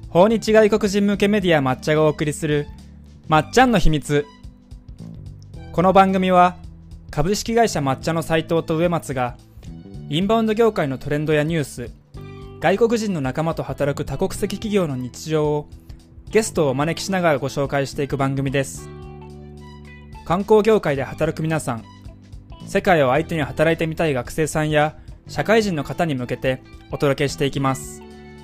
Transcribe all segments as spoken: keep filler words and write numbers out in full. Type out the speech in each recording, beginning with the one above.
訪日外国人向けメディア抹茶がお送りするまっちゃんの秘密。この番組は株式会社抹茶の斉藤と植松がインバウンド業界のトレンドやニュース、外国人の仲間と働く多国籍企業の日常をゲストをお招きしながらご紹介していく番組です。観光業界で働く皆さん、世界を相手に働いてみたい学生さんや社会人の方に向けてお届けしていきます。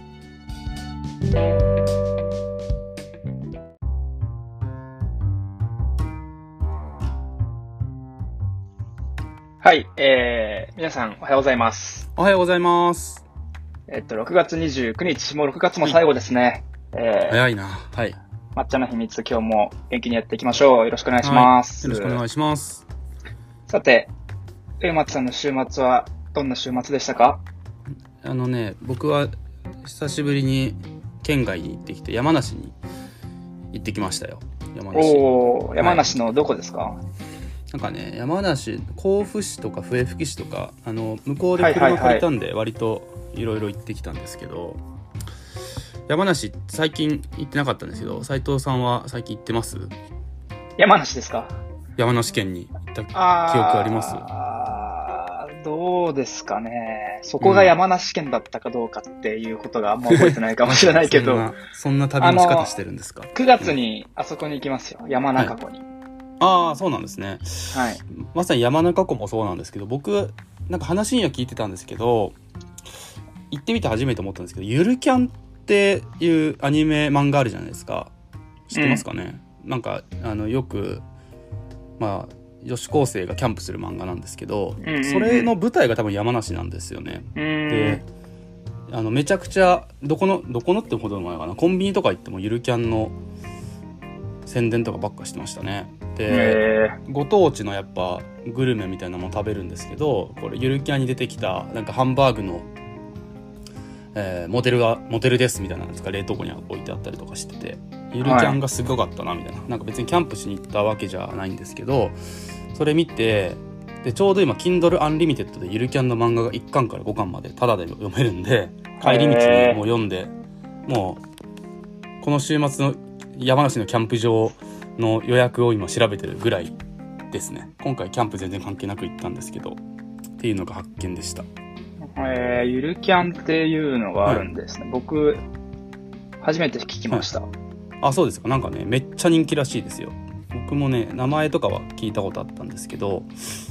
はい、えー、皆さんおはようございます。 おはようございます。 えっと、ろくがつにじゅうくにち、もうろくがつも最後ですね。 はい、えー、早いな。はい。 抹茶の秘密、今日も元気にやっていきましょう。よろしくお願いします。 はい、よろしくお願いします。 さて、植松さんの週末はどんな週末でしたか？ あのね、僕は久しぶりに県外に行ってきて、山梨に行ってきましたよ。山梨。 おー、山梨のどこですか？はい、 なんかね、山梨、甲府市とか笛吹市とか、あの向こうで車借りたんで、割といろいろ行ってきたんですけど、はいはいはい、山梨最近行ってなかったんですけど、斉藤さんは最近行ってます？ 山梨ですか？ 山梨県に行った記憶あります？ あー、どうですかね。そこが山梨県だったかどうかっていうことがあんま覚えてないかもしれないけど、 そんな、そんな旅の仕方してるんですか？ くがつにあそこに行きますよ、山中湖に。はい、 ああ、そうなんですね。 はい。 まさに山中湖もそうなんですけど、僕なんか話には聞いてたんですけど、行ってみて初めて思ったんですけど、ゆるキャンっていうアニメ漫画あるじゃないですか。知ってますかね？うん、なんかあのよくまあ女子高生がキャンプする漫画なんですけど、うんうんうん、それの舞台が多分山梨なんですよね。で、あのめちゃくちゃどこのどこのってほどの前かな、コンビニとか行ってもゆるキャンの宣伝とかばっかしてましたね。で、ご当地のやっぱグルメみたいなのも食べるんですけど、これゆるキャンに出てきたなんかハンバーグの、えー、モデルがモデルですみたいなやつが冷凍庫に置いてあったりとかしてて、ゆるキャンがすごかったなみたいな、はい、なんか別にキャンプしに行ったわけじゃないんですけど、それ見て、でちょうど今 Kindle Unlimited でゆるキャンの漫画がいっかんからごかんまでタダで読めるんで、帰り道にもう読んで、もうこの週末の山梨のキャンプ場の予約を今調べてるぐらいですね。今回キャンプ全然関係なく行ったんですけどっていうのが発見でした。 えー、ゆるキャンっていうのがあるんですね。はい、僕初めて聞きました。はい、 あ、そうですか。なんかね、めっちゃ人気らしいですよ。僕もね、名前とかは聞いたことあったんですけど、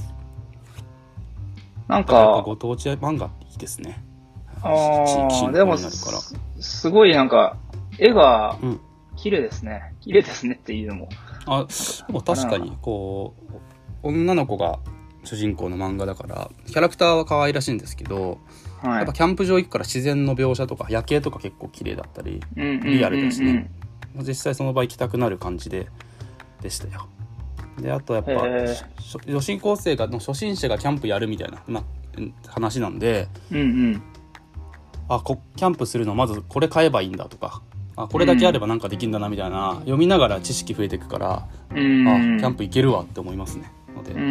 なんかご当地漫画いいですね。 ああ、でも す, すごいなんか絵が綺麗ですね。うん、綺麗ですねっていうのも。 あ、でも確かにこう女の子が主人公の漫画だからキャラクターは可愛らしいんですけど、はい、やっぱキャンプ場行くから自然の描写とか夜景とか結構綺麗だったり、うんうんうんうん、リアルだしね。実際その場行きたくなる感じででしたよ。で、あとやっぱ女子高生がの初心者がキャンプやるみたいな、まあ、話なんで、うんうん、あこキャンプするのまずこれ買えばいいんだとか、あこれだけあればなんかできるんだなみたいな、うん、読みながら知識増えていくから、うん、あキャンプ行けるわって思いますね。ので、 うん、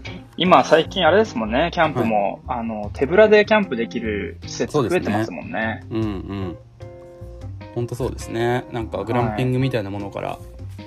今最近あれですもんね、キャンプも、はい、あの手ぶらでキャンプできる施設増えてますもんね。 うんうん。本当そうですね。なんかグランピングみたいなものから、はい、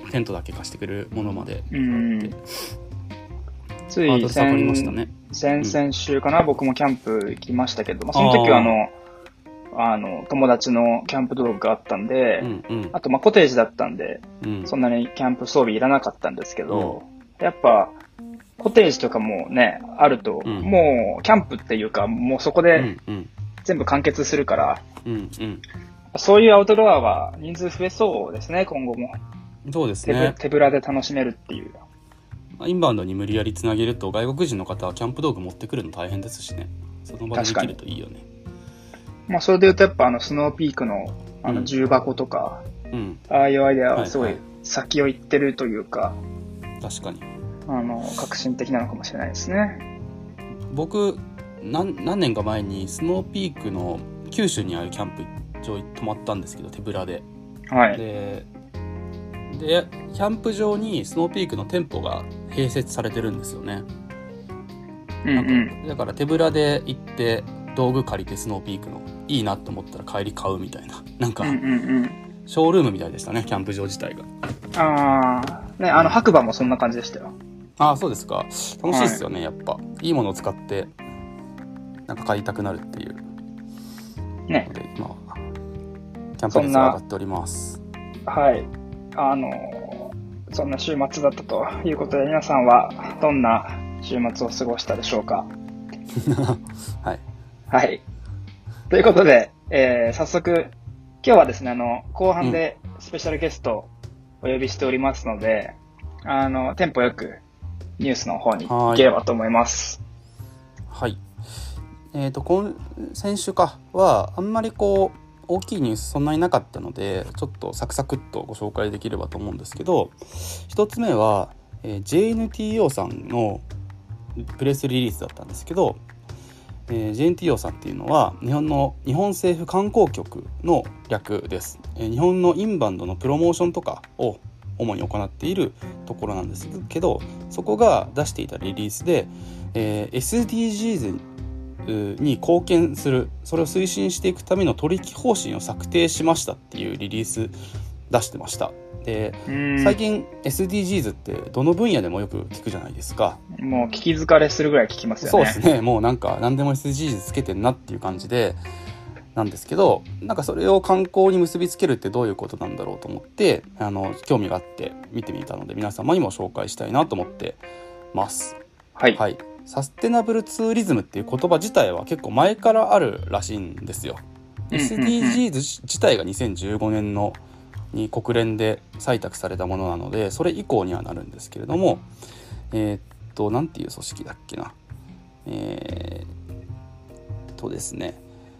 テントだけ貸してくれるものまで、うん、 つい先、ね、先々週かな、うん、僕もキャンプ行きましたけど、まあ、その時はあのあの友達のキャンプ道具があったんで、うんうん、あとまあコテージだったんで、うん、そんなにキャンプ装備いらなかったんですけど、うん、やっぱコテージとかもねあると、うん、もうキャンプっていうかもうそこで全部完結するから、うんうん、そういうアウトドアは人数増えそうですね、今後も。 そうですね。 手ぶらで楽しめるっていう。 インバウンドに無理やりつなげると外国人の方はキャンプ道具持ってくるの大変ですしね。その場でできるといいよね。 まあそれで言うとやっぱあのスノーピークのあの重箱とか、うん、ああいうアイデアはすごい先を行ってるというか、 はいはい、確かにあの革新的なのかもしれないですね。 僕 何, 何年か前にスノーピークの九州にあるキャンプ場に泊まったんですけど、手ぶらで、はい、ででキャンプ場にスノーピークの店舗が併設されてるんですよね。うんうん、なんかだから手ぶらで行って道具借りてスノーピークのいいなと思ったら帰り買うみたいな、なんか、 うんうんうん、 ショールームみたいでしたね、キャンプ場自体が。 ああ、ね、あの白馬もそんな感じでしたよ。 ああ、そうですか。楽しいですよね、はい、やっぱいいものを使ってなんか買いたくなるっていうね。 ので今はキャンプ熱が上がっております。 はい、あのそんな週末だったということで、皆さんはどんな週末を過ごしたでしょうか。 はいはい、ということで、えー、早速今日はですね、あの後半でスペシャルゲストをお呼びしておりますので、うん、あのテンポよくニュースの方に行ければと思います。 はい、はい、えーと今先週かはあんまりこう大きいニュースそんなになかったので、ちょっとサクサクっとご紹介できればと思うんですけど、一つ目は、えー、ジェイエヌティーオー さんのプレスリリースだったんですけど、えー、ジェイエヌティーオー さんっていうのは日本の日本政府観光局の略です。えー、日本のインバウンドのプロモーションとかを主に行っているところなんですけど、そこが出していたリリースで、えー、エスディージーズに貢献する、それを推進していくための取引方針を策定しましたっていうリリース出してました。で、最近 エスディージーズ ってどの分野でもよく聞くじゃないですか。 もう聞き疲れするぐらい聞きますよね。 そうですね、もうなんか何でも エスディージーズ つけてんなっていう感じでなんですけど、なんかそれを観光に結びつけるってどういうことなんだろうと思って、あの興味があって見てみたので、皆様にも紹介したいなと思ってます。 はい、 はい、サステナブルツーリズムっていう言葉自体は結構前からあるらしいんですよ。 エスディージーズ 自体がにせんじゅうごねんのに国連で採択されたものなので、それ以降にはなるんですけれども、えー、っとなんていう組織だっけな、えー、っとですね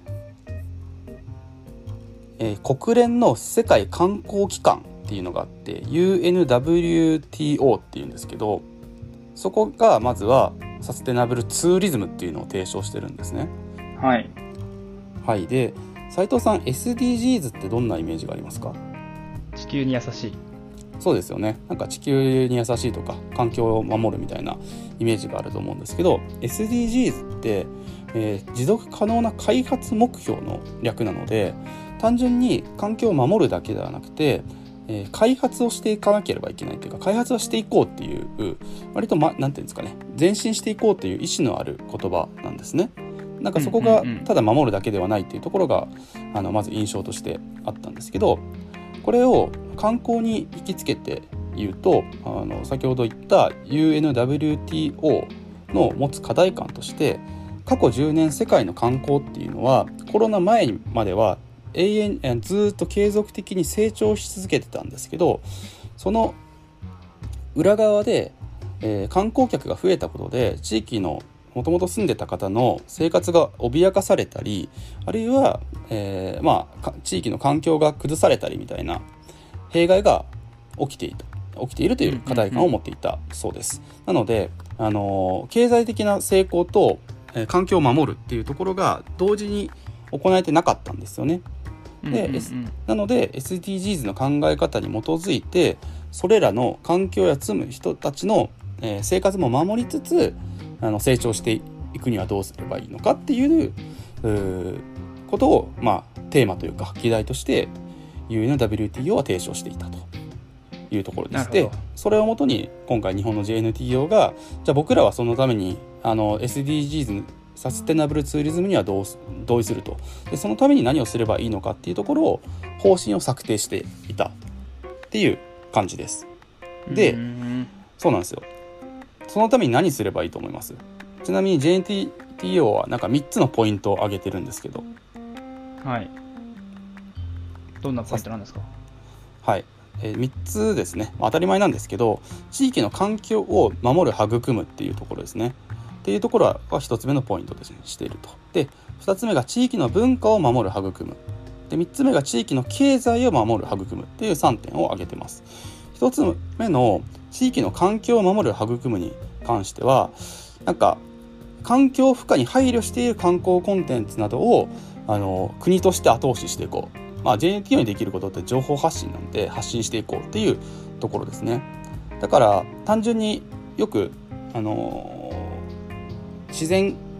えー、国連の世界観光機関っていうのがあって ユーエヌダブリューティーオー っていうんですけど、そこがまずはサステナブルツーリズムっていうのを提唱してるんですね。 はい、 はい、で斉藤さん エスディージーズ ってどんなイメージがありますか？ 地球に優しい。 そうですよね、なんか地球に優しいとか環境を守るみたいなイメージがあると思うんですけど、 エスディージーズ って、えー、持続可能な開発目標の略なので、単純に環境を守るだけではなくて、えー、開発をしていかなければいけないというか、開発をしていこうっていう割と、ま、なんていうんですかね、前進していこうっていう意思のある言葉なんですね。なんかそこがただ守るだけではないっていうところが、あのまず印象としてあったんですけど、これを観光に引きつけて言うと、あの先ほど言った ユーエヌダブリューティーオー の持つ課題感として、過去じゅうねん世界の観光っていうのはコロナ前までは永遠ずっと継続的に成長し続けてたんですけど、その裏側で、えー、観光客が増えたことで地域のもともと住んでた方の生活が脅かされたり、あるいは、えーまあ、地域の環境が崩されたりみたいな弊害が起きていた起きているという課題感を持っていたそうです。なので、あのー、経済的な成功と、えー、環境を守るっていうところが同時に行えてなかったんですよね。で、うんうんうん、なので エスディージーズ の考え方に基づいて、それらの環境や住む人たちの、えー、生活も守りつつ、あの成長していくにはどうすればいいのかっていう、うことを、まあ、テーマというか議題として ユーエヌダブリューティーオー は提唱していたというところです。で、それをもとに今回日本の ジェイエヌティーオー が、じゃあ僕らはそのためにあの エスディージーズサステナブルツーリズムにはどう同意すると、でそのために何をすればいいのかっていうところを方針を策定していたっていう感じです。で、うん、そうなんですよ。そのために何すればいいと思います？ちなみに ジェイエヌティーオー はなんかみっつのポイントを挙げてるんですけど、 はい、どんなポイントなんですか？ はい、えー、みっつですね。当たり前なんですけど、地域の環境を守る育むっていうところですね。っていうところはひとつめのポイントとしていると。で、ふたつめが地域の文化を守る育む。で、みっつめが地域の経済を守る育むっていうさんてんを挙げてます。ひとつめの地域の環境を守る育むに関しては、なんか環境負荷に配慮している観光コンテンツなどをあの国として後押ししていこう。まあ、ジェイエヌティーオー にできることって情報発信なんで発信していこうっていうところですね。だから単純によくあの自然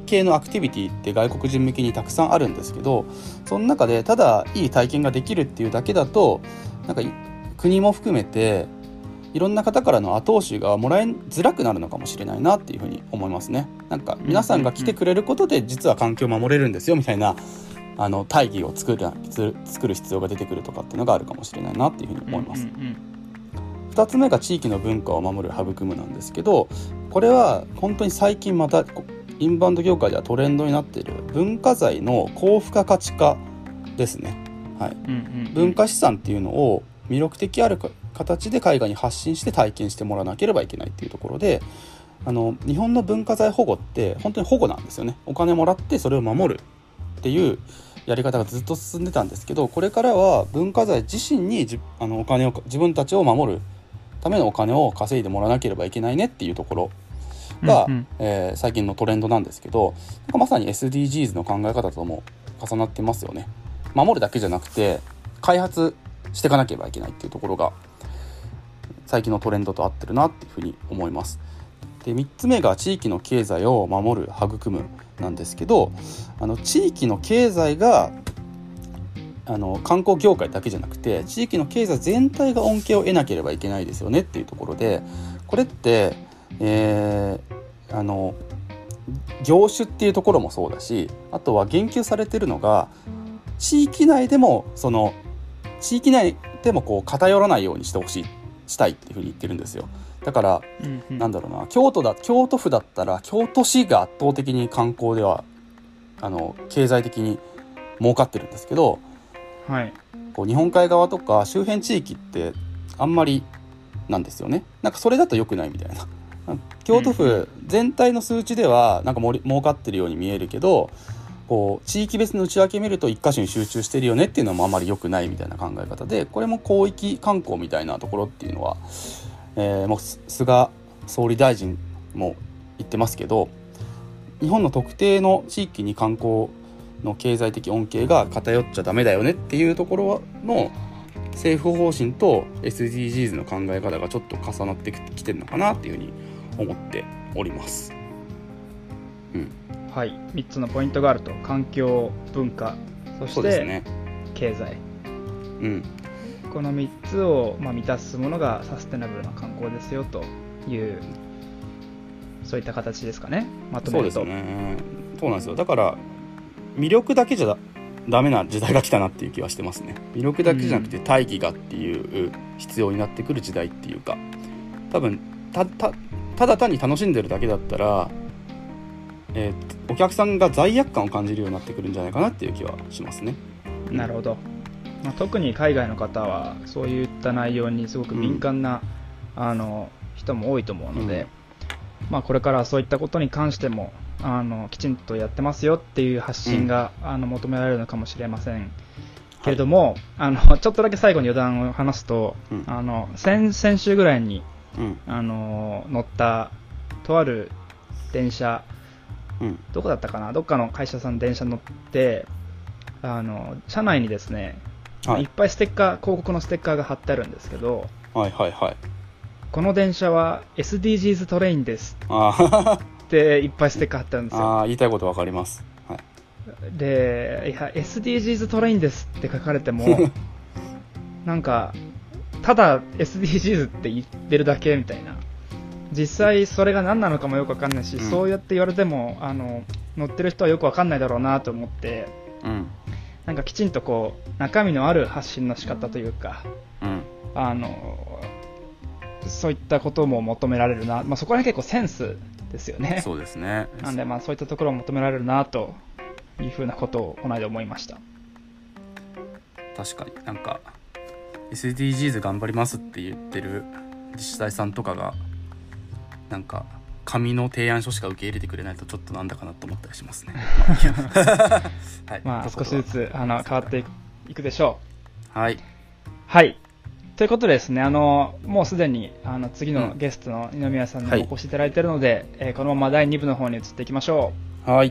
系のアクティビティって外国人向けにたくさんあるんですけど、その中でただいい体験ができるっていうだけだとなんか国も含めていろんな方からの後押しがもらえづらくなるのかもしれないなっていうふうに思いますね。なんか皆さんが来てくれることで実は環境を守れるんですよみたいなあの大義を作る、作る必要が出てくるとかっていうのがあるかもしれないなっていうふうに思います。ふたつめが地域の文化を守る育むなんですけど、これは本当に最近またインバウンド業界ではトレンドになっている文化財の高付加価値化ですね。はい、文化資産っていうのを魅力的ある形で海外に発信して体験してもらわなければいけないっていうところで、あの日本の文化財保護って本当に保護なんですよね。お金もらってそれを守るっていうやり方がずっと進んでたんですけど、これからは文化財自身にじあのお金を自分たちを守るためのお金を稼いでもらわなければいけないねっていうところが、うんうんえー、最近のトレンドなんですけど、なんかまさに エスディージーズ の考え方とも重なってますよね。守るだけじゃなくて開発していかなければいけないっていうところが最近のトレンドと合ってるなっていうふうに思います。でみっつめが地域の経済を守る育むなんですけど、あの地域の経済があの観光業界だけじゃなくて地域の経済全体が恩恵を得なければいけないですよねっていうところで、これって、えー、あの業種っていうところもそうだし、あとは言及されてるのが地域内でもその地域内でもこう偏らないようにしてほしいしたいっていうふうに言ってるんですよ。だから、うんうん、なんだろうな京都だ京都府だったら京都市が圧倒的に観光ではあの経済的に儲かってるんですけど、はい、こう日本海側とか周辺地域ってあんまりなんですよね。なんかそれだと良くないみたいな。京都府全体の数値ではなんかもり儲かってるように見えるけど、こう地域別の内訳見ると一箇所に集中してるよねっていうのもあまり良くないみたいな考え方で、これも広域観光みたいなところっていうのは、えー、もう菅総理大臣も言ってますけど、日本の特定の地域に観光の経済的恩恵が偏っちゃダメだよねっていうところの政府方針と エスディージーズ の考え方がちょっと重なってきてるのかなっていうふうに思っております。 うん、はい、みっつのポイントがあると。環境、文化、そして経済、うん、このみっつを、まあ、満たすものがサステナブルな観光ですよという、そういった形ですかね、まとめると。 そうですね。そうなんですよ。だから魅力だけじゃダメな時代が来たなっていう気はしてますね。魅力だけじゃなくて大義がっていう必要になってくる時代っていうか、多分 た, た, ただ単に楽しんでるだけだったら、えー、お客さんが罪悪感を感じるようになってくるんじゃないかなっていう気はしますね。 なるほど、まあ、特に海外の方はそういった内容にすごく敏感な、うん、あの人も多いと思うので、うんまあ、これからそういったことに関してもあのきちんとやってますよっていう発信が、うん、あの求められるのかもしれませんけれども、はい、あのちょっとだけ最後に余談を話すと、うん、あの 先, 先週ぐらいに、うん、あの乗ったとある電車、うん、どこだったかな、どっかの会社さんの電車に乗ってあの車内にですね、はい、いっぱいステッカー広告のステッカーが貼ってあるんですけど、 はいはいはい、 この電車は エスディージーズ トレインですっていっぱいステッカー貼ってあるんですよ。 あ言いたいことわかります、はい、 でいや エスディージーズ トレインですって書かれてもなんかただ エスディージーズ って言ってるだけみたいな、実際それが何なのかもよくわかんないし、うん、そうやって言われてもあの乗ってる人はよくわかんないだろうなと思って、うん、なんかきちんとこう中身のある発信の仕方というか、うん、あのそういったことも求められるな、まあ、そこら辺結構センスですよね。 そうですね。 なんでまあそういったところを求められるなというふうなことをこの間思いました。 確かになんか エスディージーズ 頑張りますって言ってる自治体さんとかがなんか紙の提案書しか受け入れてくれないとちょっとなんだかなと思ったりしますね。 はい、まあ少しずつあの変わっていくでしょう。はい。 はい。ということでですね、あのもうすでにあの次のゲストの二宮さんにお越しいただいているので、はいえー、このままだいに部の方に移っていきましょう。はい。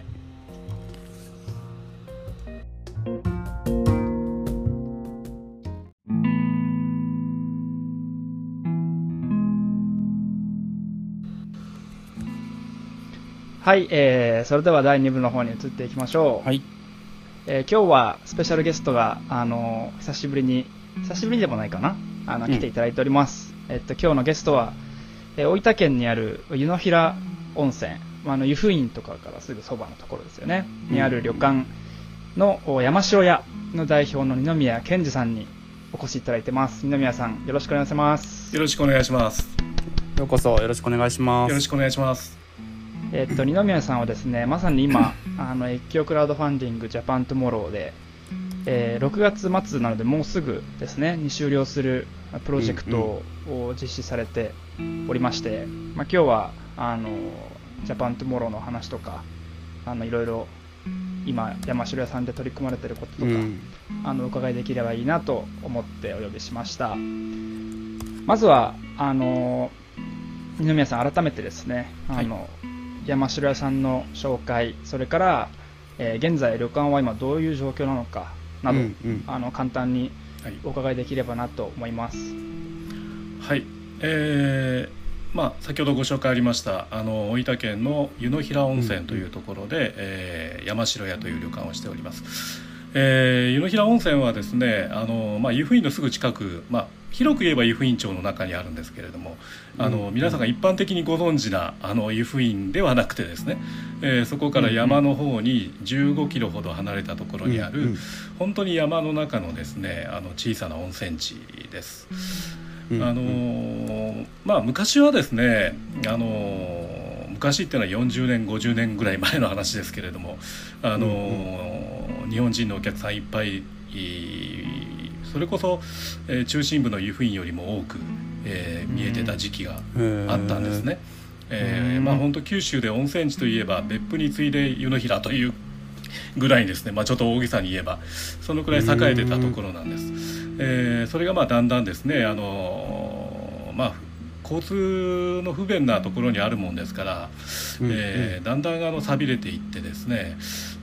はい、えー、それではだいに部の方に移っていきましょう。 はい。 えー、今日はスペシャルゲストが、あのー、久しぶりに、久しぶりでもないかな、あの、来ていただいております。うん、えっと、今日のゲストは、えー、大分県にある湯の平温泉、あの湯布院とかからすぐそばのところですよね、にある旅館の山城屋の代表の二宮健二さんにお越しいただいてます。二宮さん、よろしくお願いします。 よろしくお願いします。 ようこそよろしくお願いします。 よろしくお願いします。 えっと二宮さんはですね、まさに今あの越境クラウドファンディングジャパントゥモローで、えー、ろくがつ末なのでもうすぐですねに終了するプロジェクトを実施されておりまして、うんうん、まあ、今日はあのジャパントゥモローの話とか、あのいろいろ今山城屋さんで取り組まれていることとか、うん、あのお伺いできればいいなと思ってお呼びしました。まずはあの二宮さん、改めてですね、あの、はい、山城屋さんの紹介、それから、えー、現在旅館は今どういう状況なのかなど、うんうん、あの簡単にお伺いできればなと思います。 はい、えーまあ、先ほどご紹介ありましたあの大分県の湯の平温泉というところで、うんえー、山城屋という旅館をしております。えー、湯の平温泉はですね、あの、まあ、湯布院のすぐ近く、まあ、広く言えば湯布院町の中にあるんですけれども、あの、うん、皆さんが一般的にご存知なあの湯布院ではなくてですね、えー、そこから山の方にじゅうごキロほど離れたところにある、うん、本当に山の中のですね、あの小さな温泉地です。うん、あのーまあ、昔はですね、あのー、昔っていうのはよんじゅうねんごじゅうねんぐらい前の話ですけれども、あのーうん、日本人のお客さんいっぱい、それこそ、えー、中心部の湯布院よりも多く、えー、見えてた時期があったんですね。えーまあ、本当九州で温泉地といえば別府に次いで湯の平というぐらいですね、まあ、ちょっと大げさに言えばそのくらい栄えてたところなんです。えー、それがまあだんだんですね、あのーまあ、交通の不便なところにあるもんですから、うんえー、だんだんあの寂れていってですね、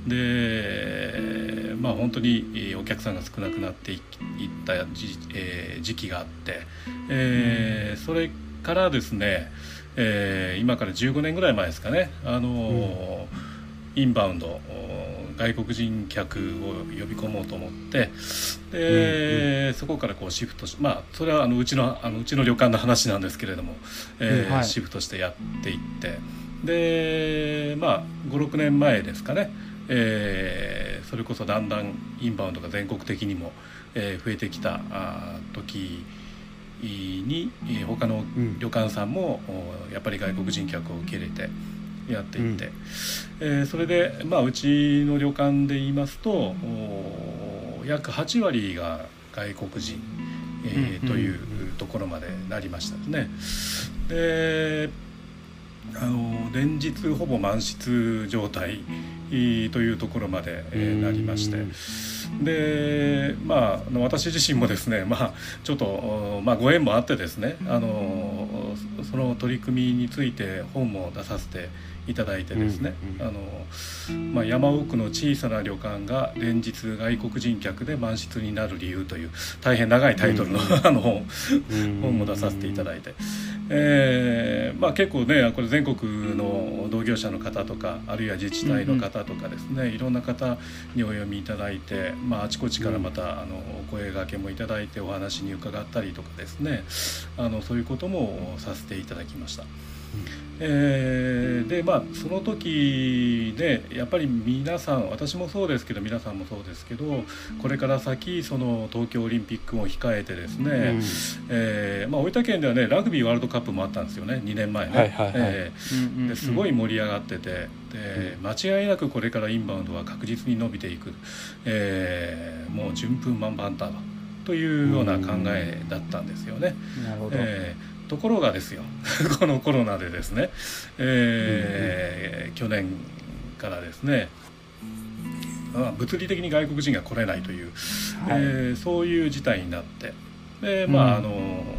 で、まあ、本当にお客さんが少なくなっていった時、えー、時期があって、えー、それからですね、えー、今からじゅうごねんぐらい前ですかね、あのーうん、インバウンド外国人客を呼び込もうと思って、で、うんうん、そこからこうシフトし、まあそれはあのうちのあのうちの旅館の話なんですけれども、えーうんはい、シフトしてやっていって、でまあごろくねんまえですかね、えー、それこそだんだんインバウンドが全国的にも、えー、増えてきたあ時に、えー、他の旅館さんも、うん、やっぱり外国人客を受け入れてやっていて、うんえー、それで、まあ、うちの旅館で言いますと約はちわりが外国人、えー、というところまでなりましたね。であの連日ほぼ満室状態というところまで、えー、なりまして、で、まあ、私自身もですね、まあ、ちょっと、まあ、ご縁もあってですね、あのその取り組みについて本も出させていただいてですね、うんうんあのまあ、山奥の小さな旅館が連日外国人客で満室になる理由という大変長いタイトルの、うんうん、あの本、本も出させていただいて、えーまあ、結構ねこれ全国の同業者の方とかあるいは自治体の方とかですね、うんうん、いろんな方にお読みいただいて、まあ、あちこちからまたあのお声掛けもいただいてお話に伺ったりとかですね、あのそういうこともさせていただきました。えー、でまあその時でやっぱり皆さん、私もそうですけど皆さんもそうですけど、これから先その東京オリンピックも控えてですね、うんえーまあ、大分県ではねラグビーワールドカップもあったんですよね、にねんまえね、はいはいはいえー、ですごい盛り上がってて、で間違いなくこれからインバウンドは確実に伸びていく、えー、もう順風満帆だというような考えだったんですよね。 なるほど。 えーところがですよこのコロナでですね、えーうんうん、去年からですね、まあ、物理的に外国人が来れないという、はいえー、そういう事態になって、で、まあうんあの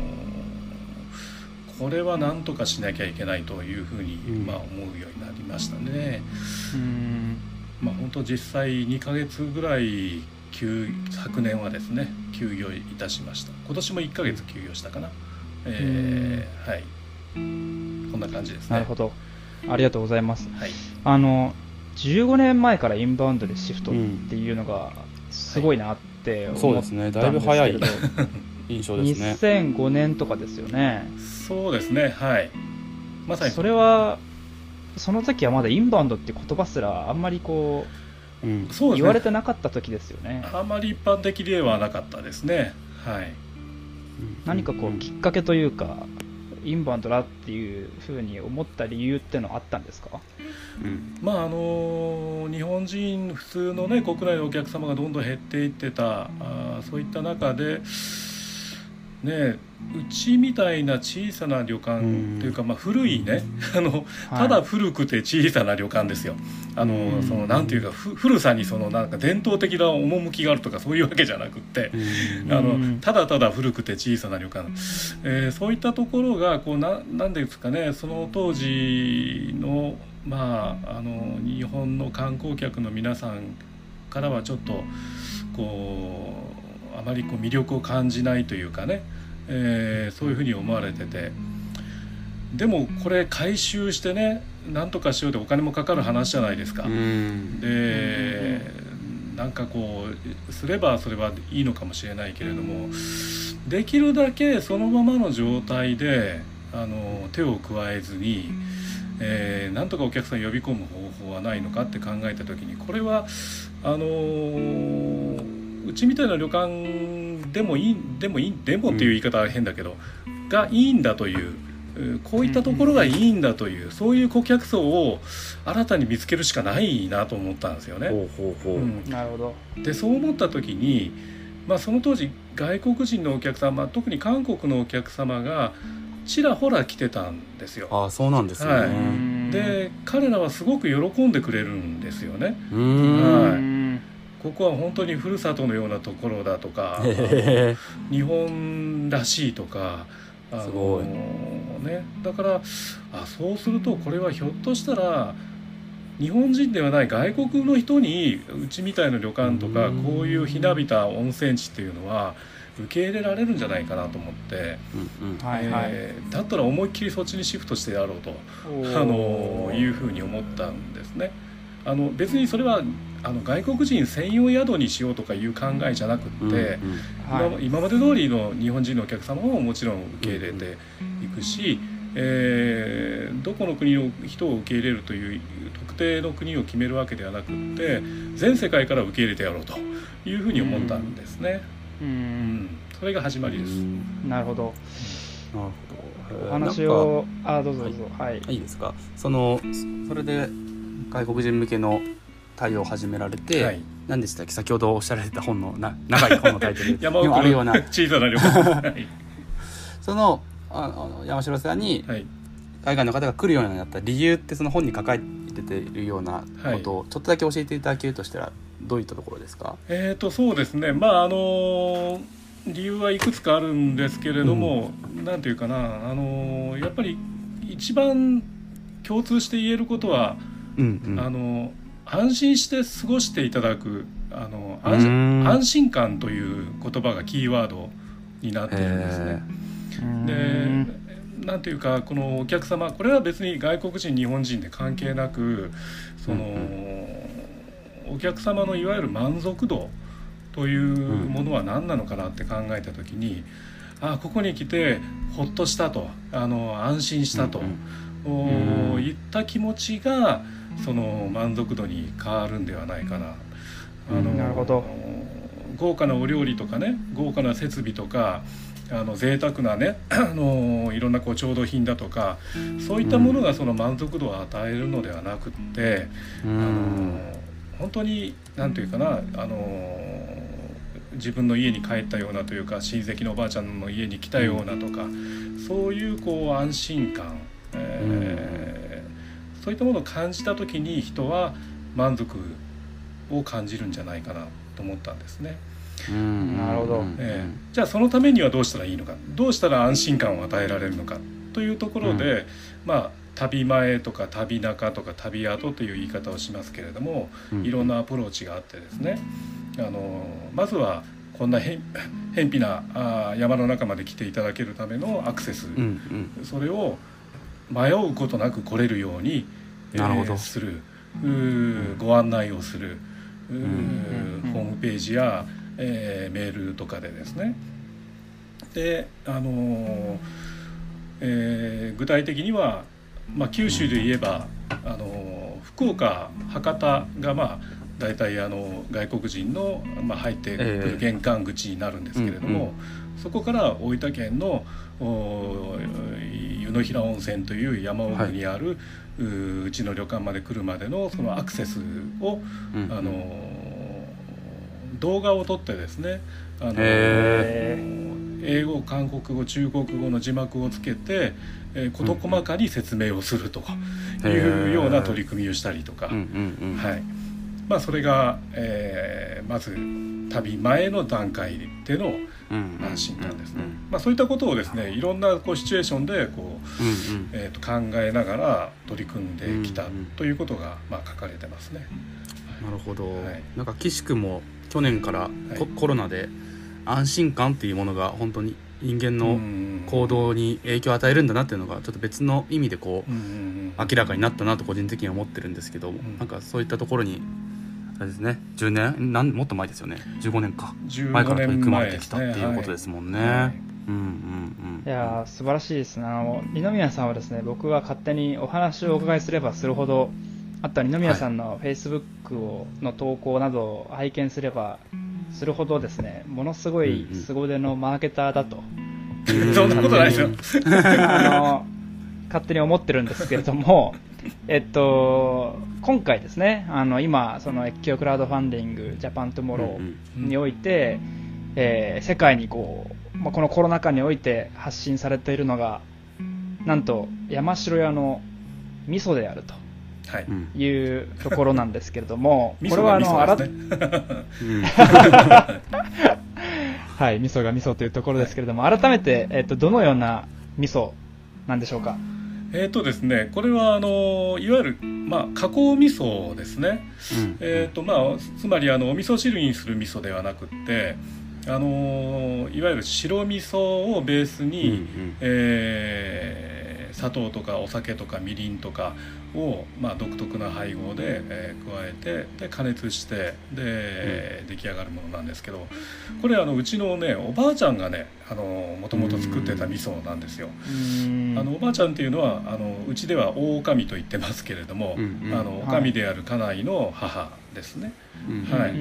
これは何とかしなきゃいけないというふうに、うんまあ、思うようになりましたね。うんまあ、本当実際にかげつぐらい休昨年はですね休業いたしました。今年もいっかげつ休業したかな。えーはい、こんな感じですね。 なるほど。 ありがとうございます、 はい、 あのじゅうごねんまえからインバウンドでシフトっていうのがすごいなって思ったんですけど、 そうですね、だいぶ早い印象ですね。 にせんごねんとかですよね。 そうですね、はい、まさにそれはその時はまだインバウンドって言葉すらあんまりこう、うん、そうですね、言われてなかった時ですよね。 あまり一般的ではなかったですね。はい。 何かこうきっかけというか、インバウンドだっていうふうに思った理由ってのはあったんですか？ うん、まああの日本人普通のね国内のお客様がどんどん減っていってた、あそういった中でね、うちみたいな小さな旅館というか、まあ、古いねあのただ古くて小さな旅館ですよ。あのそのなんていうか古さにそのなんか伝統的な趣があるとかそういうわけじゃなくってあのただただ古くて小さな旅館、えー、そういったところがこう な, なんですかね、その当時の、まあ、あの日本の観光客の皆さんからはちょっとこうあまりこう魅力を感じないというかね、えー、そういうふうに思われてて、でもこれ回収してねなんとかしようでお金もかかる話じゃないですか。でなんかこうすればそれはいいのかもしれないけれども、できるだけそのままの状態であの手を加えずに、えー、なんとかお客さん呼び込む方法はないのかって考えた時に、これはあのーうちみたいな旅館でもいいでもいいでもっていう言い方は変だけど、うん、がいいんだという、こういったところがいいんだという、そういう顧客層を新たに見つけるしかないなと思ったんですよね。 ほうほうほう、うん、なるほど。 でそう思った時に、まあ、その当時外国人のお客様、特に韓国のお客様がちらほら来てたんですよ。 ああ、そうなんですね、はい、 で彼らはすごく喜んでくれるんですよね。うーん、はい、ここは本当にふるさとのようなところだとか日本らしいとか、あのすごい、 ね、だからあそうするとこれはひょっとしたら日本人ではない外国の人にうちみたいな旅館とかこういうひなびた温泉地っていうのは受け入れられるんじゃないかなと思って、だったら思いっきりそっちにシフトしてやろうとあのいうふうに思ったんですね。あの別にそれはあの外国人専用宿にしようとかいう考えじゃなくって、うんうん、はい、今まで通りの日本人のお客様ももちろん受け入れていくし、えー、どこの国の人を受け入れるという特定の国を決めるわけではなくって全世界から受け入れてやろうというふうに思ったんですね。うん、うん、それが始まりです。うん、 なるほど、なるほど。お話をあどうぞどうぞ、はい、 はい、いいですか。そのそれで外国人向けの対応を始められて、はい、何でしたっけ、先ほどおっしゃられた本のな長い本のタイトル山奥の小さな旅館そのあの山城さんに海外の方が来るようになった理由って、その本に書かれているようなことをちょっとだけ教えていただけるとしたらどういったところですか？ えーとそうですね、まああの理由はいくつかあるんですけれども、うん、なんていうかな、あのやっぱり一番共通して言えることは、うんうん、あの安心して過ごしていただく、あの 安, 安心感という言葉がキーワードになっているんですね。でなんていうか、このお客様、これは別に外国人日本人で関係なく、その、うん、お客様のいわゆる満足度というものは何なのかなって考えた時に、あここに来てほっとしたと、あの安心したと、うんうん、いった気持ちがその満足度に変わるんではないかな。 あのなるほど。 豪華なお料理とかね、豪華な設備とか、あの贅沢なねあのいろんなこう調度品だとか、そういったものがその満足度を与えるのではなくって、うん、あの本当になんていうかな、あの自分の家に帰ったようなというか、親戚のおばあちゃんの家に来たようなとか、そういうこう安心感、えー、そういったものを感じた時に人は満足を感じるんじゃないかなと思ったんですね。 うん、なるほど、 えー、じゃあそのためにはどうしたらいいのか、どうしたら安心感を与えられるのかというところで、うん、まあ旅前とか旅中とか旅後という言い方をしますけれども、うん、いろんなアプローチがあってですね、あのまずはこんなへん偏僻なあ山の中まで来ていただけるためのアクセス、うんうん、それを迷うことなく来れるように、 えー、 するご案内をする、うん、ホームページや、えー、メールとかでですね。で、あのーえー、具体的には、まあ、九州で言えば、あのー、福岡博多がまあ大体あの外国人の、まあ、入ってくる玄関口になるんですけれども、えーうんうん、そこから大分県の湯の平温泉という山奥にある、はい、う, うちの旅館まで来るまでのそのアクセスを、うんうん、あの動画を撮ってですね、あの英語韓国語中国語の字幕をつけて、えー、事細かに説明をするというような取り組みをしたりとか、はいまあ、それが、えー、まず旅前の段階での安心感ですね、うんうんうんまあ、そういったことをですねいろんなこうシチュエーションでこう、うんうんえー、と考えながら取り組んできたということが、まあ、書かれてますね。 なるほど、はい、なんか岸君も去年からコ、はい、コロナで安心感っていうものが本当に人間の行動に影響を与えるんだなっていうのがちょっと別の意味でこう、うんうんうん、明らかになったなと個人的には思ってるんですけど、うん、なんかそういったところにあれですねじゅうねんなんもっと前ですよねじゅうごねんか前から取り組まれてきたっていうことですもんね。うんうんうん、 いや素晴らしいですね。あの二宮さんはですね僕は勝手にお話をお伺いすればするほどあとは二宮さんのフェイスブックをの投稿などを拝見すればするほどですねものすごい凄腕のマーケターだと、 うんうん、そんなことないですよあの勝手に思ってるんですけれどもえっと今回ですねあの今その越境クラウドファンディングジャパントゥモローにおいて、うんうんえー、世界にこう、まあ、このコロナ禍において発信されているのがなんと山城屋の味噌であるというところなんですけれども、 はい、これはあのあらはい味噌が味噌というところですけれども、改めて、えー、とどのような味噌なんでしょうか。 えーとですね、これはあのいわゆる、まあ、加工味噌ですね、うんえーとまあ、つまりあのお味噌汁にする味噌ではなくってあのいわゆる白味噌をベースに、うんうんえー、砂糖とかお酒とかみりんとかを、まあ、独特な配合で、えー、加えてで加熱してで、うん、出来上がるものなんですけどこれあのうちのねおばあちゃんがねあのもともと作ってた味噌なんですよ。あのおばあちゃんっていうのはあのうちでは大女将と言ってますけれども、うんうん、あの女将である家内の母ですね、はいはいうんうん、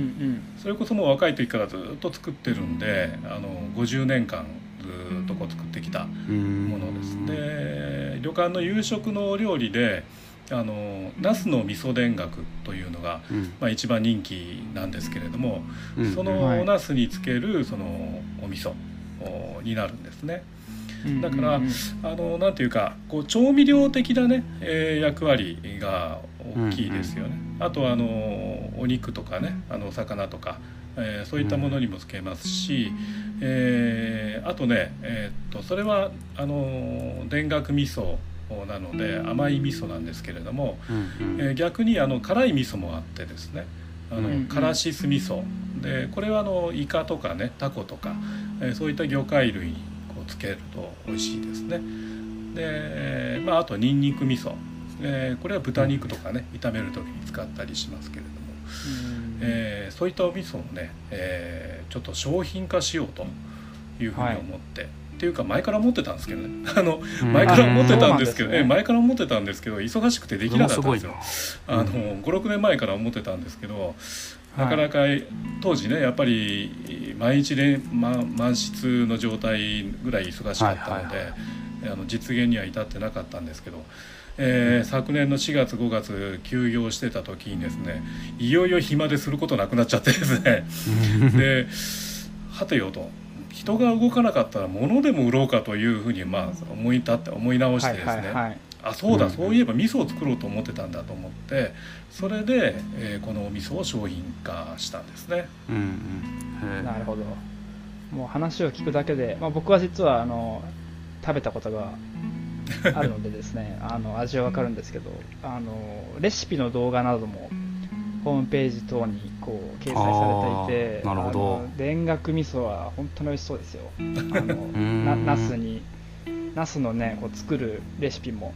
それこそもう若い時からずっと作ってるんであのごじゅうねんかんずっとこう作ってきたものです。で旅館の夕食の料理であのナスの味噌田楽というのが、うんまあ、一番人気なんですけれども、うん、そのナスにつけるそのお味噌になるんですね。だから、うんうんうん、あのなんていうかこう調味料的なね、えー、役割が大きいですよね、うんうん、あとはあのお肉とかねあの魚とか、えー、そういったものにもつけますし、うんえー、あとね、えー、っとそれはあの田楽味噌なので甘い味噌なんですけれども、うんうんえー、逆にあの辛い味噌もあってですねあの、うんうん、辛し酢味噌でこれはあのイカとかねタコとか、えー、そういった魚介類にこうつけると美味しいですね。で、まあ、あとニンニク味噌、えー、これは豚肉とかね炒める時に使ったりしますけれども、うんえー、そういったお味噌をね、えー、ちょっと商品化しようというふうに思って、はいっていうか前から思ってたんですけどねあの前から思ってたんですけど、うんね、前から思ってたんですけど忙しくてできなかったんですよ。あのごろくねんまえから思ってたんですけどなかなか当時ねやっぱり毎日で、ま、満室の状態ぐらい忙しかったので、はいはいはい、あの実現には至ってなかったんですけど、えー、昨年のしがつごがつ休業してた時にですねいよいよ暇ですることなくなっちゃってですねではてよと人が動かなかったら物でも売ろうかというふうにまあ思い立って思い直してですね、はいはいはい、あそうだ、うん、そういえば味噌を作ろうと思ってたんだと思ってそれで、えー、このお味噌を商品化したんですね、うんうん、なるほど。もう話を聞くだけで、まあ、僕は実はあの食べたことがあるのでですねあの味はわかるんですけどあのレシピの動画などもホームページ等にこう掲載されていてなるほど田楽味噌は本当に美味しそうですよ。あのなナスにナスのねこう作るレシピも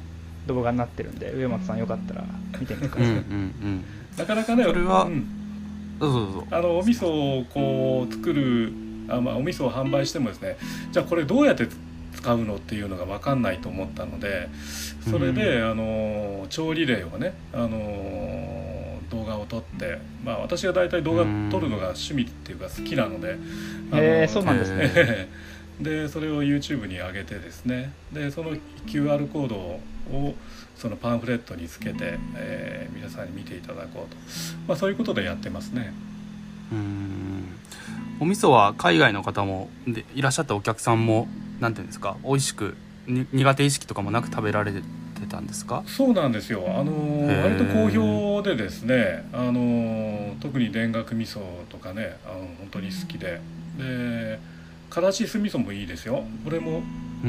動画になってるんで、上松さんよかったら見てみてください。うんうんうん、なかなかね、 それは、 うん、 どうぞどうぞ。 あのお味噌をこう作る、あ、まあ、お味噌を販売してもですね、じゃあこれどうやって使うのっていうのが分かんないと思ったので、それで、うん、あの調理例をね、あの動画を撮って、まあ、私が大体動画撮るのが趣味っていうか好きなので、 へー、そうなんですね。 でそれを YouTube に上げてですね、でその キューアール コードをそのパンフレットにつけて、えー、皆さんに見ていただこうと、まあ、そういうことでやってますね。 うーん、お味噌は海外の方もでいらっしゃったお客さんもなんていうんですか、美味しくに苦手意識とかもなく食べられてたんですか？ そうなんですよ。あの割と好評でですね、あの特に田楽味噌とかね、あの本当に好きで、でカラシス味噌もいいですよ。これもうん、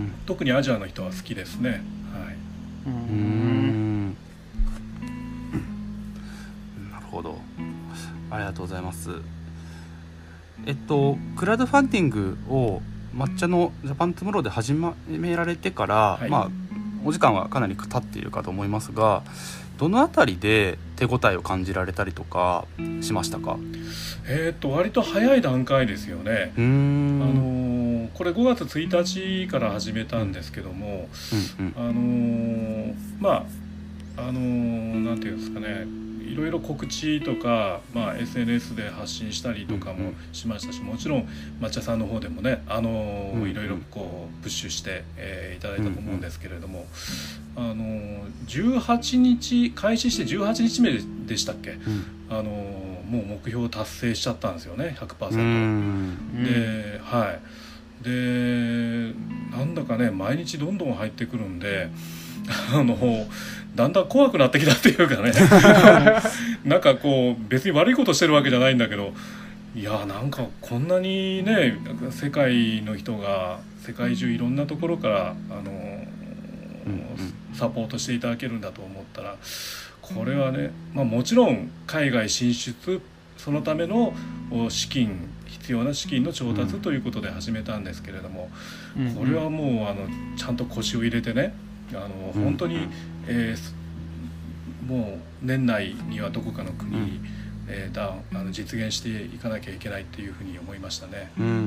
特にアジアの人は好きですね。はい、 うーん、なるほど、ありがとうございます。えっとクラウドファンディングを抹茶のジャパントゥモローで始められてから、はい、まあお時間はかなり経っているかと思いますが、どのあたりで手応えを感じられたりとかしましたか？ えー、っと割と早い段階ですよね。うーん、あのー、これごがつついたちから始めたんですけども、うんうん、あのー、まああのー、なんていうんですかね、いろいろ告知とか、まあ、エスエヌエス で発信したりとかもしましたし、もちろん抹茶さんの方でもね、あのー、いろいろこうプッシュして、えー、いただいたと思うんですけれども、あのー、じゅうはちにち開始してじゅうはちにちめでしたっけ、うん、あのー、もう目標達成しちゃったんですよね、 ひゃくパーセント で、はい、でなんだかね毎日どんどん入ってくるんで、あのだんだん怖くなってきたっていうかねなんかこう別に悪いことしてるわけじゃないんだけど、いやなんかこんなにね世界の人が世界中いろんなところからあの、うんうん、サポートしていただけるんだと思ったら、これはね、まあ、もちろん海外進出そのための資金必要な資金の調達ということで始めたんですけれども、うん、これはもうあのちゃんと腰を入れてね、あの本当に、うん、えー、もう年内にはどこかの国に、うん、えー、だあの実現していかなきゃいけないっていうふうに思いましたね。 うんうんうん、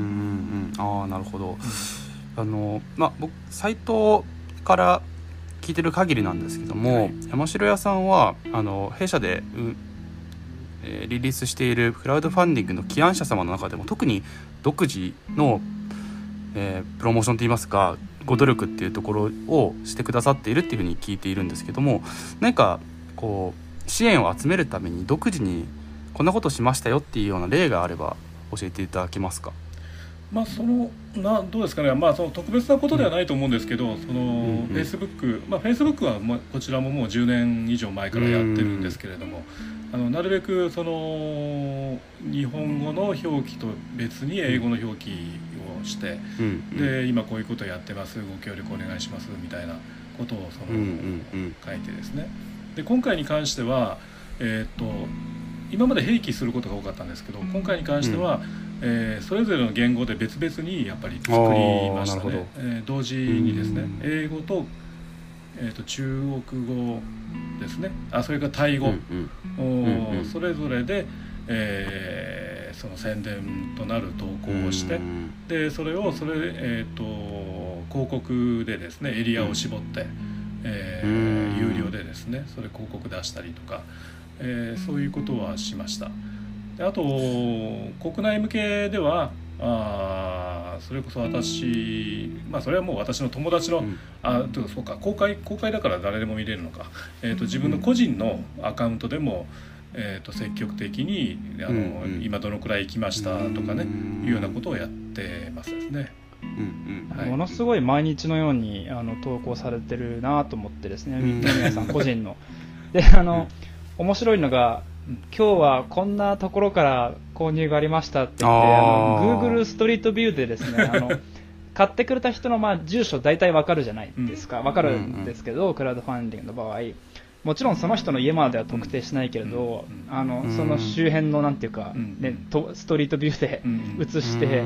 ああなるほど。あのまあ僕サイトから聞いてる限りなんですけども、はい、山城屋さんはあの弊社で、うんえー、リリースしているクラウドファンディングの起案者様の中でも特に独自の、えー、プロモーションといいますかご努力っていうところをしてくださっているっていうふうに聞いているんですけども、何かこう支援を集めるために独自にこんなことしましたよっていうような例があれば教えていただけますか？ まあ、そのなどうですかね、まあ、その特別なことではないと思うんですけど、その、うんうん、Facebook、まあ、Facebook はまあこちらももうじゅうねん以上前からやってるんですけれども、あのなるべくその日本語の表記と別に英語の表記をして、うん、で今こういうことをやってます、ご協力お願いしますみたいなことをその、うんうん、書いてですね、で今回に関しては、えー、っと今まで併記することが多かったんですけど、今回に関しては、うんえー、それぞれの言語で別々にやっぱり作りましたね。えー、同時にですね、英語と、えー、と中国語ですね、あそれからタイ語、うんうん、それぞれで、えー、その宣伝となる投稿をして、でそれをそれ、えー、と広告でですねエリアを絞って、えー、有料でですねそれ広告出したりとか、えー、そういうことはしました。あと国内向けではあそれこそ私、まあ、それはもう私の友達の、うん、あそうか公開公開だから誰でも見れるのか、えー、と自分の個人のアカウントでも、えー、と積極的にあの、うんうん、今どのくらい行きましたとかね、うん、いうようなことをやってますですね。 うんうんはい、ものすごい毎日のようにあの投稿されてるなと思ってですね、皆さん個人のであの、うん、面白いのが今日はこんなところから購入がありましたって言ってあの Google ストリートビューでですねあの買ってくれた人のまあ住所大体わかるじゃないですか、わかるんですけど、うんうん、クラウドファンディングの場合もちろんその人の家までは特定しないけれど、うん、あのその周辺のなんていうか、うんね、とストリートビューで映して、うん、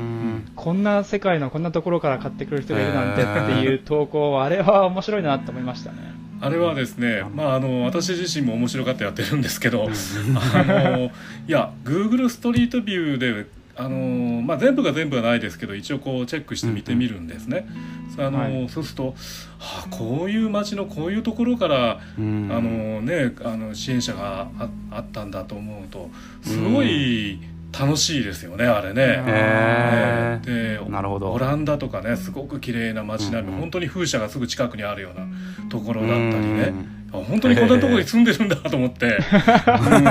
こんな世界のこんなところから買ってくれる人がいるなんてっていう投稿はあれは面白いなと思いましたね。 あれはですね、まあ、あの私自身も面白がってやってるんですけど、あのいや Google ストリートビューであの、まあ、全部が全部はないですけど一応こうチェックして見てみるんですね。あの、はい、そうすると、はあ、こういう街のこういうところから、うん、あのね、あの支援者が あ, あったんだと思うとすごい楽しいですよね、あれね。 へー、でなるほど。 オランダとかねすごく綺麗な街並み、うん、本当に風車がすぐ近くにあるようなところだったりね、うん、本当にこんなところに住んでるんだと思って、うん、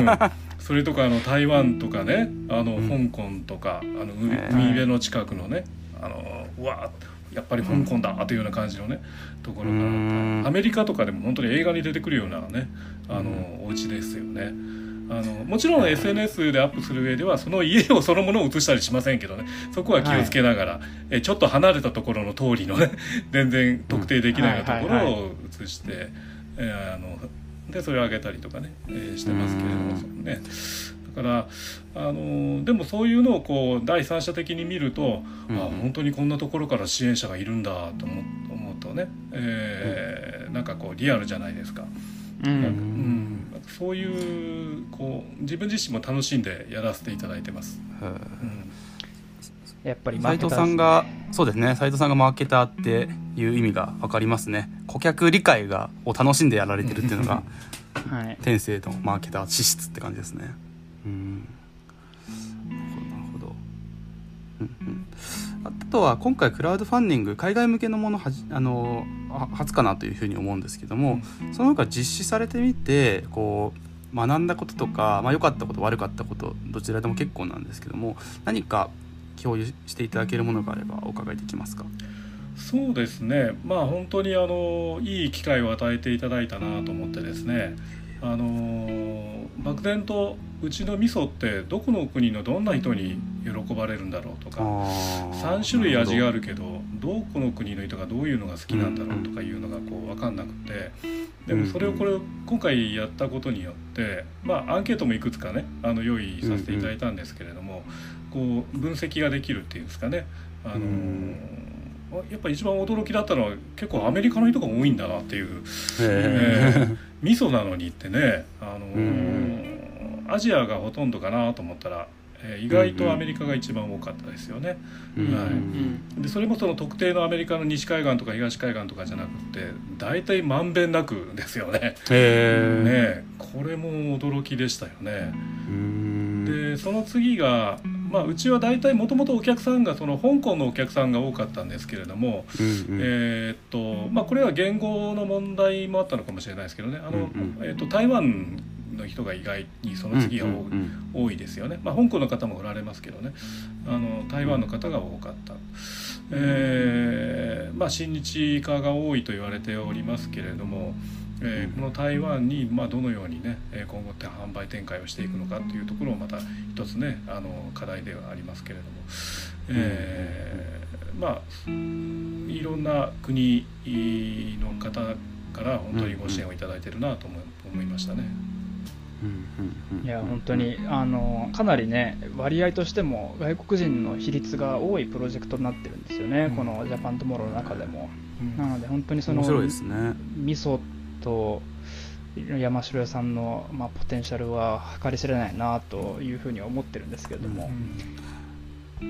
それとかあの台湾とかね、あの香港とかあの海辺の近くのね、あのうわやっぱり香港だというような感じのねところから、アメリカとかでも本当に映画に出てくるようなねあのお家ですよね。あのもちろん エスエヌエス でアップする上ではその家をそのものを映したりしませんけどね、そこは気をつけながら、はい、えちょっと離れたところの通りのね全然特定できないようなところを映して、えあのでそれを上げたりとかね、えー、してますけれどもね。だからあのでもそういうのをこう第三者的に見ると、うん、あ本当にこんなところから支援者がいるんだと思う、思うとね、えーうん、なんかこうリアルじゃないですか。うんなんかうんそういうこう自分自身も楽しんでやらせていただいてます。うん、 やっぱり斉藤さんがそうですね斉藤さんがマーケターっていう意味が分かりますね。顧客理解がを楽しんでやられてるっていうのが、はい、天性のマーケター資質って感じですね。うんなるほど、うんうん、あとは今回クラウドファンディング海外向けのものはじあの初かなというふうに思うんですけども、うん、その他実施されてみてこう学んだこととか、まあ、良かったこと悪かったことどちらでも結構なんですけども何か共有していただけるものがあればお伺いできますか。 そうですね、まあ本当にあのいい機会を与えていただいたなと思ってですね、あの漠然とうちの味噌ってどこの国のどんな人に喜ばれるんだろうとかさん種類味があるけどどこの国の人がどういうのが好きなんだろうとかいうのがこう分かんなくて、でもそれをこれ今回やったことによってまあアンケートもいくつかねあの用意させていただいたんですけれども、こう分析ができるっていうんですかね、あのやっぱ一番驚きだったのは結構アメリカの人が多いんだなっていう、えー、味噌なのにってね、あのー、アジアがほとんどかなと思ったら、えー、意外とアメリカが一番多かったですよね、うんはい、でそれもその特定のアメリカの西海岸とか東海岸とかじゃなくて大体まんべんなくですよね。 へねこれも驚きでしたよね。でその次がまあ、うちは大体もともとお客さんがその香港のお客さんが多かったんですけれども、うんうんえーっとまあ、これは言語の問題もあったのかもしれないですけどね、あの、うんうんえーっと台湾の人が意外にその次が多い、うんうんうん、多いですよね、まあ、香港の方もおられますけどね、あの台湾の方が多かった、えーまあ、親日家が多いと言われておりますけれども、えー、この台湾に、まあ、どのようにね今後って販売展開をしていくのかというところをまた一つねあの課題ではありますけれども、えー、まあいろんな国の方から本当にご支援をいただいているなと思いましたね。 いや本当にあのかなりね割合としても外国人の比率が多いプロジェクトになってるんですよね、うん、このジャパントゥモローの中でも、うん、なので本当にその面白いですね。 味噌と山城屋さんの、まあ、ポテンシャルは計り知れないなというふうには思ってるんですけれども、 うん、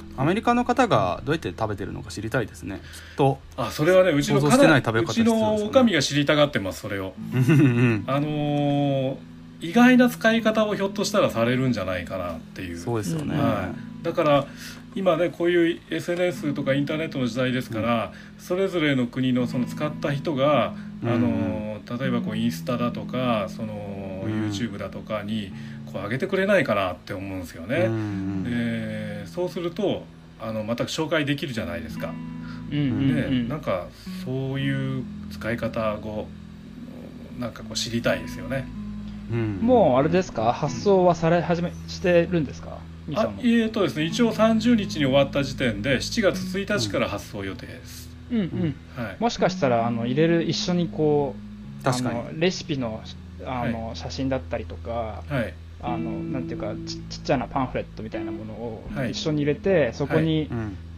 アメリカの方がどうやって食べてるのか知りたいですね。きっとあそれはねうちのかなりうちのおかみが知りたがってますそれをあのー、意外な使い方をひょっとしたらされるんじゃないかなっていう。 そうですよね、 はい、だから今ねこういう エスエヌエス とかインターネットの時代ですから、うん、それぞれの国のその使った人が、うん、あの例えばこうインスタだとかその YouTube だとかにこう上げてくれないかなって思うんですよね、うん、でそうするとあのまた紹介できるじゃないですか、うんうんうん、でなんかそういう使い方をなんかこう知りたいですよね、 うん、もうあれですか発送はされ始めしてるんですか。 あえーとですね、一応さんじゅうにちに終わった時点でしちがつついたちから発送予定です、 うんうんはい、もしかしたらあの入れる一緒にこう確かにあのレシピの、あの、はい、写真だったりとか、はい、あのなんていうか ち, ちっちゃなパンフレットみたいなものを一緒に入れて、はい、そこに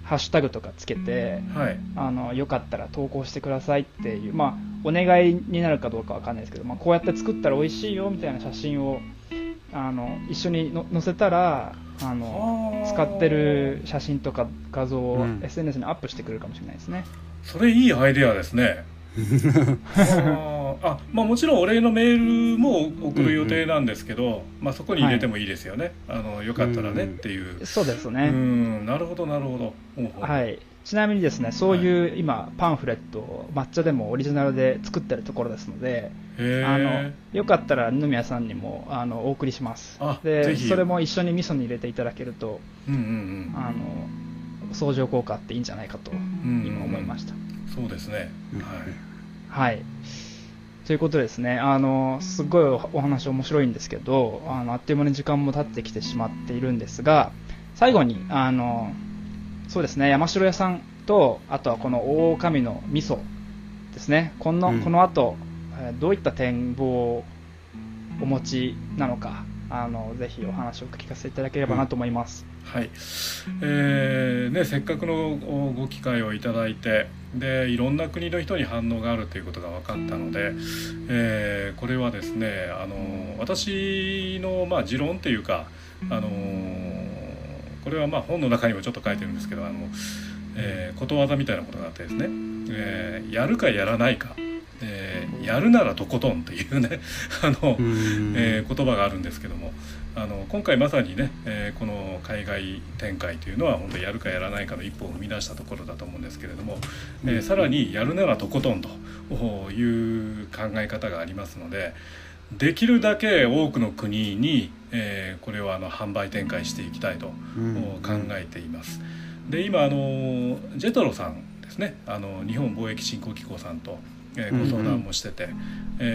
ハッシュタグとかつけて、 はい、 あのよかったら投稿してくださいっていう、まあ、お願いになるかどうかわかんないですけど、まあ、こうやって作ったら美味しいよみたいな写真をあの一緒にの載せたら、あの使ってる写真とか画像を エスエヌエス にアップしてくれるかもしれないですね。 うん、それいいアイデアですね。ああ、まあ、もちろんお礼のメールも送る予定なんですけど、うんうん、まあ、そこに入れてもいいですよね、はい、あのよかったらねっていう、 うん、そうですね。 うん、なるほどなるほど。 はい、ちなみにですね、そういう今パンフレットを抹茶でもオリジナルで作ってるところですので、あのよかったら二宮さんにもあのお送りします。でそれも一緒に味噌に入れていただけると、うんうんうん、あの相乗効果っていいんじゃないかと今思いました。 うんうんうん、そうですね、 はい、はい、ということですね。あのすごいお話面白いんですけど、あのあっという間に時間も経ってきてしまっているんですが、最後にあのそうですね、山城屋さんと、あとはこの大神の味噌ですね、この、うん、この後どういった展望をお持ちなのか、あのぜひお話を聞かせていただければなと思います。 うん、はい、えーね、せっかくのご機会をいただいて、でいろんな国の人に反応があるということが分かったので、えー、これはですね、あの私の、まあ、持論というか、あのこれはまあ本の中にもちょっと書いてるんですけど、あの、えー、ことわざみたいなことがあってですね、えー、やるかやらないか、えー、やるならとことんというねあの、えー、言葉があるんですけども、あの今回まさにね、えー、この海外展開というのは本当にやるかやらないかの一歩を踏み出したところだと思うんですけれども、えー、さらにやるならとことんという考え方がありますので、できるだけ多くの国に、えー、これをあの販売展開していきたいと考えています。で今あのジェトロさんですね、あの日本貿易振興機構さんと、えー、ご相談もしてて、うんうん、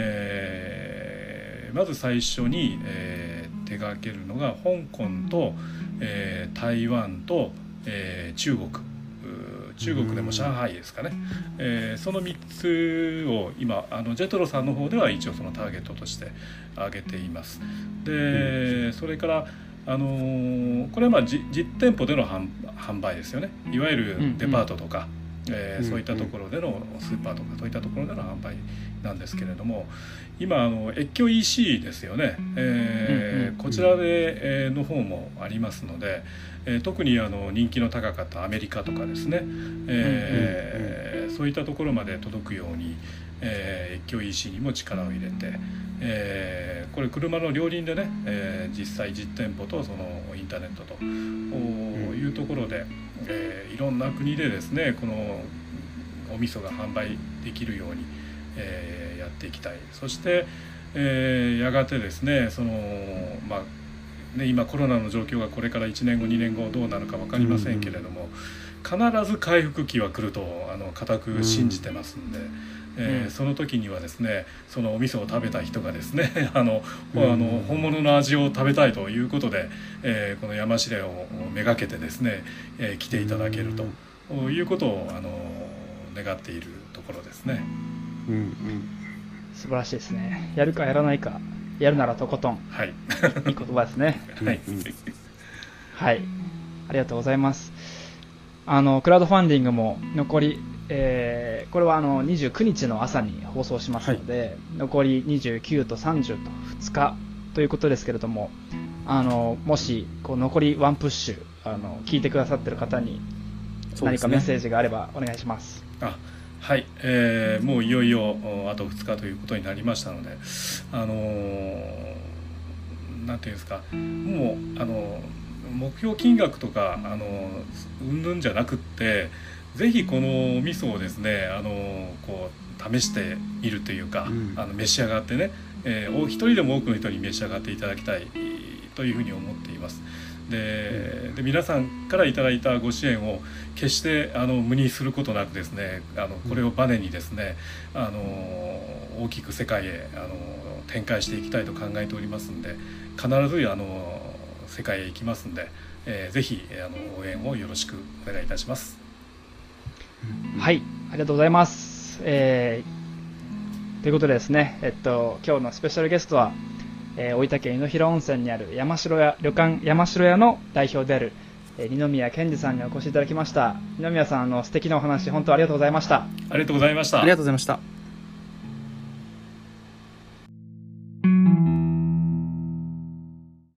えー、まず最初に、えー、手掛けるのが香港と、えー、台湾と、えー、中国中国でも上海ですかね、えー、そのみっつを今あのジェトロさんの方では一応そのターゲットとして挙げています。でそれからあのー、これはまあ実店舗での 販, 販売ですよね。いわゆるデパートとか、うんうん、えー、そういったところでのスーパーとかそういったところでの販売なんですけれども、今あの越境 イーシー ですよね、えーうんうんうん、こちらで、えー、の方もありますので、えー、特にあの人気の高かったアメリカとかですね、えーうんうんうん、そういったところまで届くように、えー、越境 イーシー にも力を入れて、えー、これ車の両輪でね、えー、実際実店舗とそのインターネットというところで、えー、いろんな国でですねこのお味噌が販売できるように、えー、やっていきたい。そして、えー、やがてですねそのまあね、今コロナの状況がこれからいちねんごにねんごどうなるか分かりませんけれども、必ず回復期は来るとあの固く信じてますんで、うんえー、その時にはですねそのお味噌を食べた人がですねあの、うん、あの本物の味を食べたいということで、えー、この山城屋をめがけてですね、えー、来ていただけるということをあの願っているところですね。 うんうん、素晴らしいですね。やるかやらないかやるならとことん、 はい、 いい言葉ですね。 はい、 はい、ありがとうございます。あのクラウドファンディングも残り、えー、これはあのにじゅうくにちの朝に放送しますので、はい、残りにじゅうくとさんじゅうとふつかということですけれども、あのもしこう残りワンプッシュあの聞いてくださっている方に何かメッセージがあればお願いします。 あはい、えー、もういよいよあとふつかということになりましたので、あのー、なんていうんですか、もうあの目標金額とかあのうんぬんじゃなくって、ぜひこのお味噌をですね、あのこう試してみるというか、うん、あの召し上がってね、えー、一人でも多くの人に召し上がっていただきたいというふうに思っています。でで皆さんからいただいたご支援を決してあの無にすることなくですね、あのこれをバネにですね、あの大きく世界へあの展開していきたいと考えておりますんで、必ずあの世界へ行きますんで、えー、ぜひあの応援をよろしくお願いいたします。 はい、ありがとうございます。えー、ということでですね、えっと今日のスペシャルゲストはえー、大分県井の平温泉にある山城屋旅館山城屋の代表であるえー、二宮健二さんにお越しいただきました。二宮さん、あの素敵なお話本当ありがとうございました。 ありがとうございました。 ありがとうございました。